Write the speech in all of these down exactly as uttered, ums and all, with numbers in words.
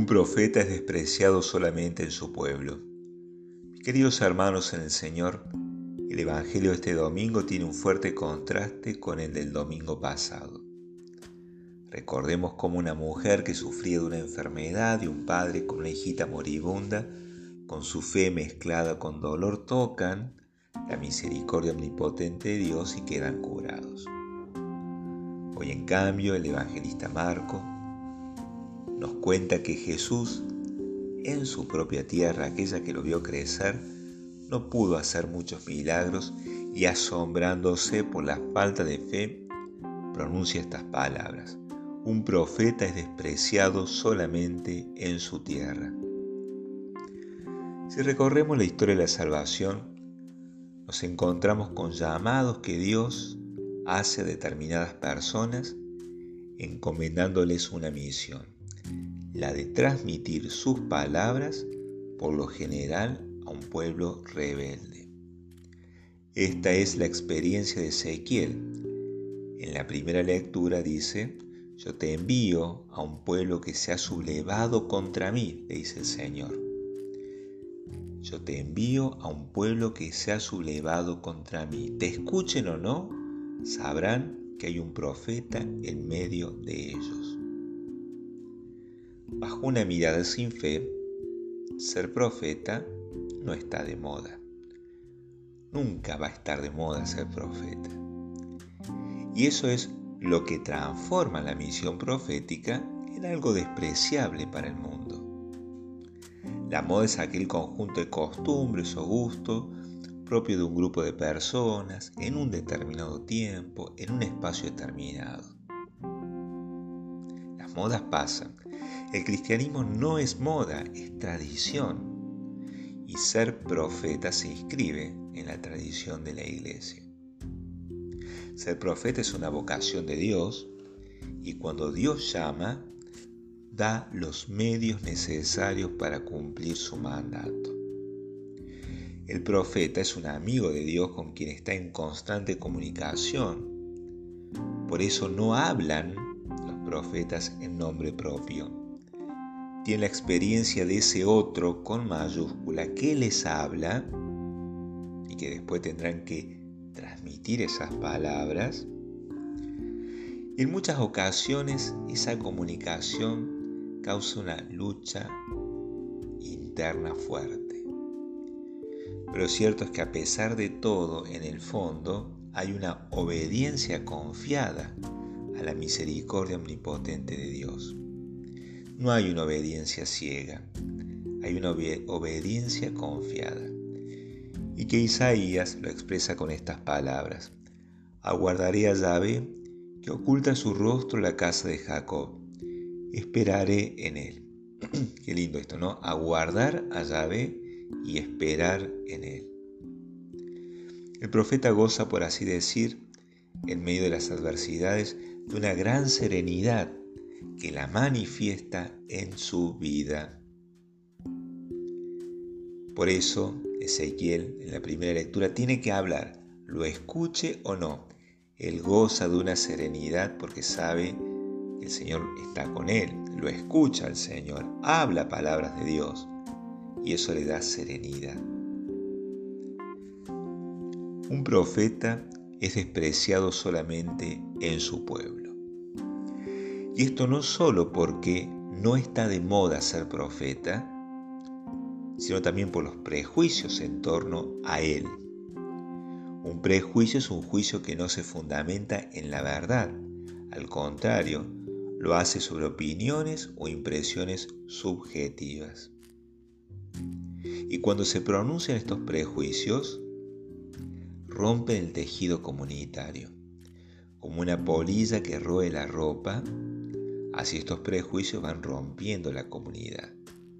profeta es despreciado solamente en su pueblo. Mis queridos hermanos en el Señor, el Evangelio de este domingo tiene un fuerte contraste con el del domingo pasado. Recordemos cómo una mujer que sufría de una enfermedad y un padre con una hijita moribunda, con su fe mezclada con dolor, tocan la misericordia omnipotente de Dios y quedan curados. Hoy, en cambio, el evangelista Marcos nos cuenta que Jesús, en su propia tierra, aquella que lo vio crecer, no pudo hacer muchos milagros y, asombrándose por la falta de fe, pronuncia estas palabras: un profeta es despreciado solamente en su tierra. Si recorremos la historia de la salvación, nos encontramos con llamados que Dios hace a determinadas personas, encomendándoles una misión, la de transmitir sus palabras, por lo general, a un pueblo rebelde. Esta es la experiencia de Ezequiel. En la primera lectura dice: yo te envío a un pueblo que se ha sublevado contra mí, le dice el Señor. Yo te envío a un pueblo que se ha sublevado contra mí. Te escuchen o no, sabrán que hay un profeta en medio de ellos. Bajo una mirada sin fe, ser profeta no está de moda. Nunca va a estar de moda ser profeta. Y eso es lo que transforma la misión profética en algo despreciable para el mundo. La moda es aquel conjunto de costumbres o gustos propio de un grupo de personas, en un determinado tiempo, en un espacio determinado. Las modas pasan. El cristianismo no es moda, es tradición. Y ser profeta se inscribe en la tradición de la Iglesia. Ser profeta es una vocación de Dios, y cuando Dios llama, da los medios necesarios para cumplir su mandato. El profeta es un amigo de Dios con quien está en constante comunicación. Por eso no hablan los profetas en nombre propio. Tienen la experiencia de ese otro con mayúscula que les habla y que después tendrán que transmitir esas palabras. Y en muchas ocasiones esa comunicación causa una lucha interna fuerte. Pero cierto es que, a pesar de todo, en el fondo hay una obediencia confiada a la misericordia omnipotente de Dios. No hay una obediencia ciega, hay una obed- obediencia confiada. Y que Isaías lo expresa con estas palabras: aguardaré a Yahvé, que oculta su rostro la casa de Jacob, esperaré en él. Qué lindo esto, ¿no? Aguardar a Yahvé y esperar en él. El profeta goza, por así decir, en medio de las adversidades, de una gran serenidad que la manifiesta en su vida. Por eso, Ezequiel, en la primera lectura, tiene que hablar, lo escuche o no. Él goza de una serenidad porque sabe que el Señor está con él, lo escucha al Señor, habla palabras de Dios y eso le da serenidad. Un profeta es despreciado solamente en su pueblo. Y esto no solo porque no está de moda ser profeta, sino también por los prejuicios en torno a él. Un prejuicio es un juicio que no se fundamenta en la verdad. Al contrario, lo hace sobre opiniones o impresiones subjetivas. Y cuando se pronuncian estos prejuicios, rompen el tejido comunitario. Como una polilla que roe la ropa, así estos prejuicios van rompiendo la comunidad.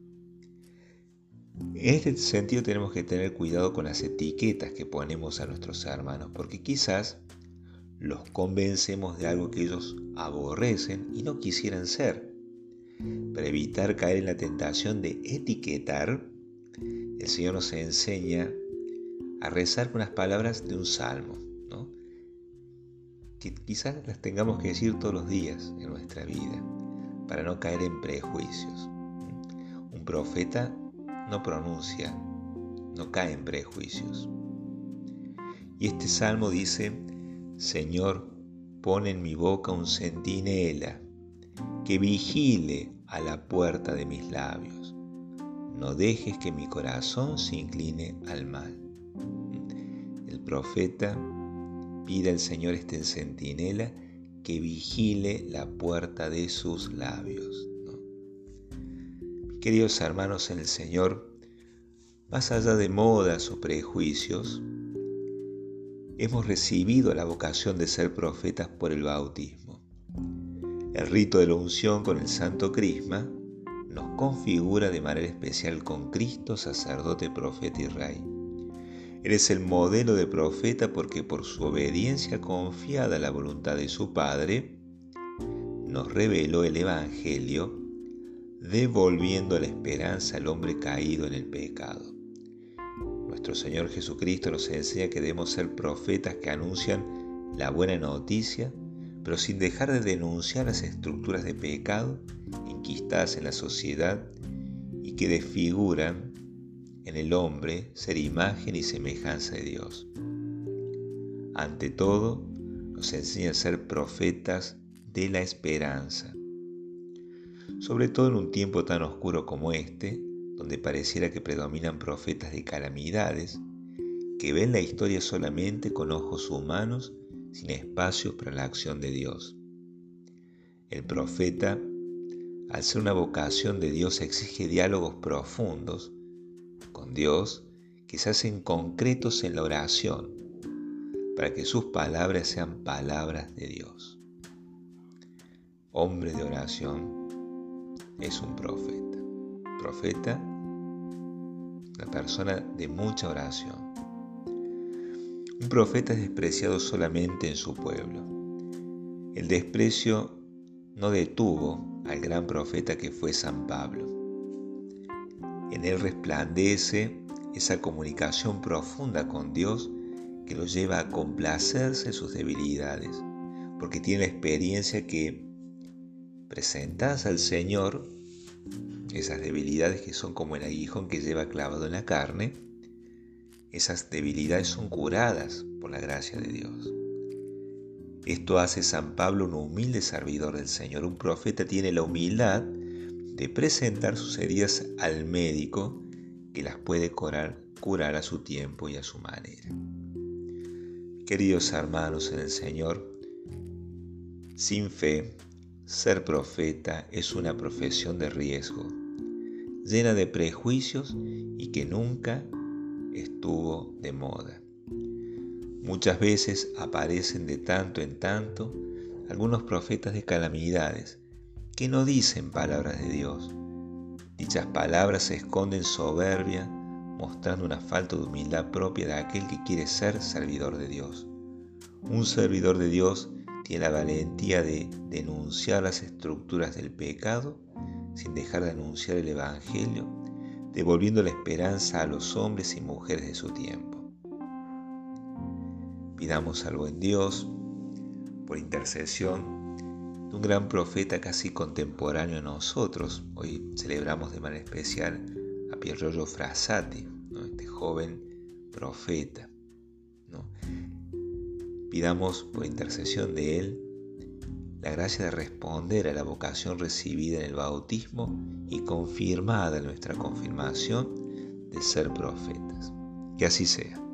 En este sentido tenemos que tener cuidado con las etiquetas que ponemos a nuestros hermanos, porque quizás los convencemos de algo que ellos aborrecen y no quisieran ser. Para evitar caer en la tentación de etiquetar, el Señor nos enseña a rezar con las palabras de un salmo, ¿no? Que quizás las tengamos que decir todos los días en nuestra vida, para no caer en prejuicios. profeta no pronuncia, no cae en prejuicios. Y este salmo dice: Señor, pon en mi boca un centinela que vigile a la puerta de mis labios. No dejes que mi corazón se incline al mal. El profeta pide al Señor este centinela que vigile la puerta de sus labios, ¿no? Mis queridos hermanos en el Señor, más allá de modas o prejuicios, hemos recibido la vocación de ser profetas por el bautismo. El rito de la unción con el Santo Crisma nos configura de manera especial con Cristo, sacerdote, profeta y rey. Él es el modelo de profeta porque por su obediencia confiada a la voluntad de su Padre, nos reveló el Evangelio, devolviendo la esperanza al hombre caído en el pecado. Nuestro Señor Jesucristo nos enseña que debemos ser profetas que anuncian la buena noticia, pero sin dejar de denunciar las estructuras de pecado enquistadas en la sociedad y que desfiguran en el hombre ser imagen y semejanza de Dios. Ante todo, nos enseña a ser profetas de la esperanza, sobre todo en un tiempo tan oscuro como este, donde pareciera que predominan profetas de calamidades, que ven la historia solamente con ojos humanos, sin espacio para la acción de Dios. El profeta, al ser una vocación de Dios, exige diálogos profundos con Dios que se hacen concretos en la oración, para que sus palabras sean palabras de Dios. Hombre de oración es un profeta. Profeta, una persona de mucha oración. Un profeta es despreciado solamente en su pueblo. El desprecio no detuvo al gran profeta que fue San Pablo. En él resplandece esa comunicación profunda con Dios que lo lleva a complacerse en sus debilidades, porque tiene la experiencia que, presentadas al Señor, esas debilidades que son como el aguijón que lleva clavado en la carne, esas debilidades son curadas por la gracia de Dios. Esto hace San Pablo un humilde servidor del Señor. Un profeta tiene la humildad de presentar sus heridas al médico que las puede curar, curar a su tiempo y a su manera. Queridos hermanos en el Señor, sin fe, ser profeta es una profesión de riesgo, llena de prejuicios y que nunca estuvo de moda. Muchas veces aparecen de tanto en tanto algunos profetas de calamidades que no dicen palabras de Dios. Dichas palabras esconden soberbia, mostrando una falta de humildad propia de aquel que quiere ser servidor de Dios. Un servidor de Dios tiene la valentía de denunciar las estructuras del pecado sin dejar de anunciar el Evangelio, devolviendo la esperanza a los hombres y mujeres de su tiempo. Pidamos al buen Dios, por intercesión de un gran profeta casi contemporáneo a nosotros. Hoy celebramos de manera especial a Piergiorgio Frassati, ¿no? Este joven profeta, ¿no? Pidamos por intercesión de él la gracia de responder a la vocación recibida en el bautismo y confirmada en nuestra confirmación de ser profetas. Que así sea.